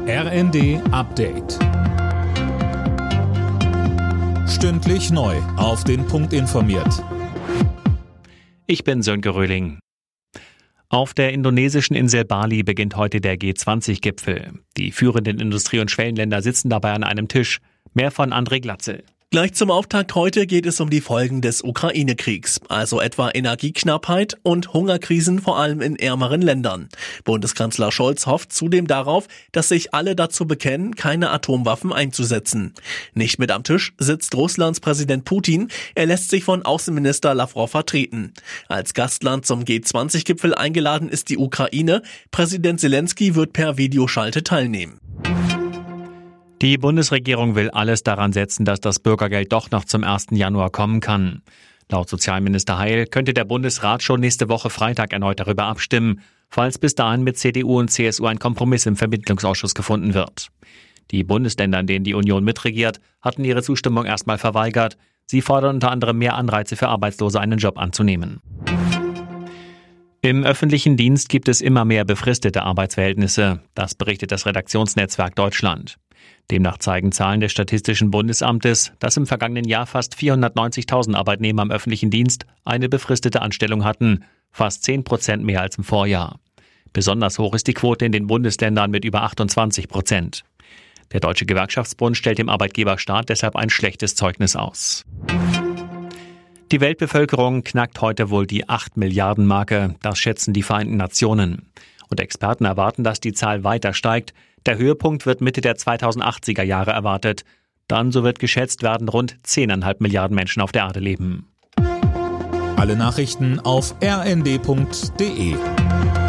RND Update. Stündlich neu auf den Punkt informiert. Ich bin Sönke Röhling. Auf der indonesischen Insel Bali beginnt heute der G20-Gipfel. Die führenden Industrie- und Schwellenländer sitzen dabei an einem Tisch. Mehr von André Glatzel. Gleich zum Auftakt heute geht es um die Folgen des Ukraine-Kriegs, also etwa Energieknappheit und Hungerkrisen vor allem in ärmeren Ländern. Bundeskanzler Scholz hofft zudem darauf, dass sich alle dazu bekennen, keine Atomwaffen einzusetzen. Nicht mit am Tisch sitzt Russlands Präsident Putin, er lässt sich von Außenminister Lavrov vertreten. Als Gastland zum G20-Gipfel eingeladen ist die Ukraine, Präsident Zelensky wird per Videoschalte teilnehmen. Die Bundesregierung will alles daran setzen, dass das Bürgergeld doch noch zum 1. Januar kommen kann. Laut Sozialminister Heil könnte der Bundesrat schon nächste Woche Freitag erneut darüber abstimmen, falls bis dahin mit CDU und CSU ein Kompromiss im Vermittlungsausschuss gefunden wird. Die Bundesländer, in denen die Union mitregiert, hatten ihre Zustimmung erstmal verweigert. Sie fordern unter anderem mehr Anreize für Arbeitslose, einen Job anzunehmen. Im öffentlichen Dienst gibt es immer mehr befristete Arbeitsverhältnisse. Das berichtet das Redaktionsnetzwerk Deutschland. Demnach zeigen Zahlen des Statistischen Bundesamtes, dass im vergangenen Jahr fast 490.000 Arbeitnehmer im öffentlichen Dienst eine befristete Anstellung hatten, fast 10% mehr als im Vorjahr. Besonders hoch ist die Quote in den Bundesländern mit über 28%. Der Deutsche Gewerkschaftsbund stellt dem Arbeitgeberstaat deshalb ein schlechtes Zeugnis aus. Die Weltbevölkerung knackt heute wohl die 8 Milliarden Marke, das schätzen die Vereinten Nationen. Und Experten erwarten, dass die Zahl weiter steigt. Der Höhepunkt wird Mitte der 2080er Jahre erwartet. Dann, so wird geschätzt, werden rund 10,5 Milliarden Menschen auf der Erde leben. Alle Nachrichten auf rnd.de.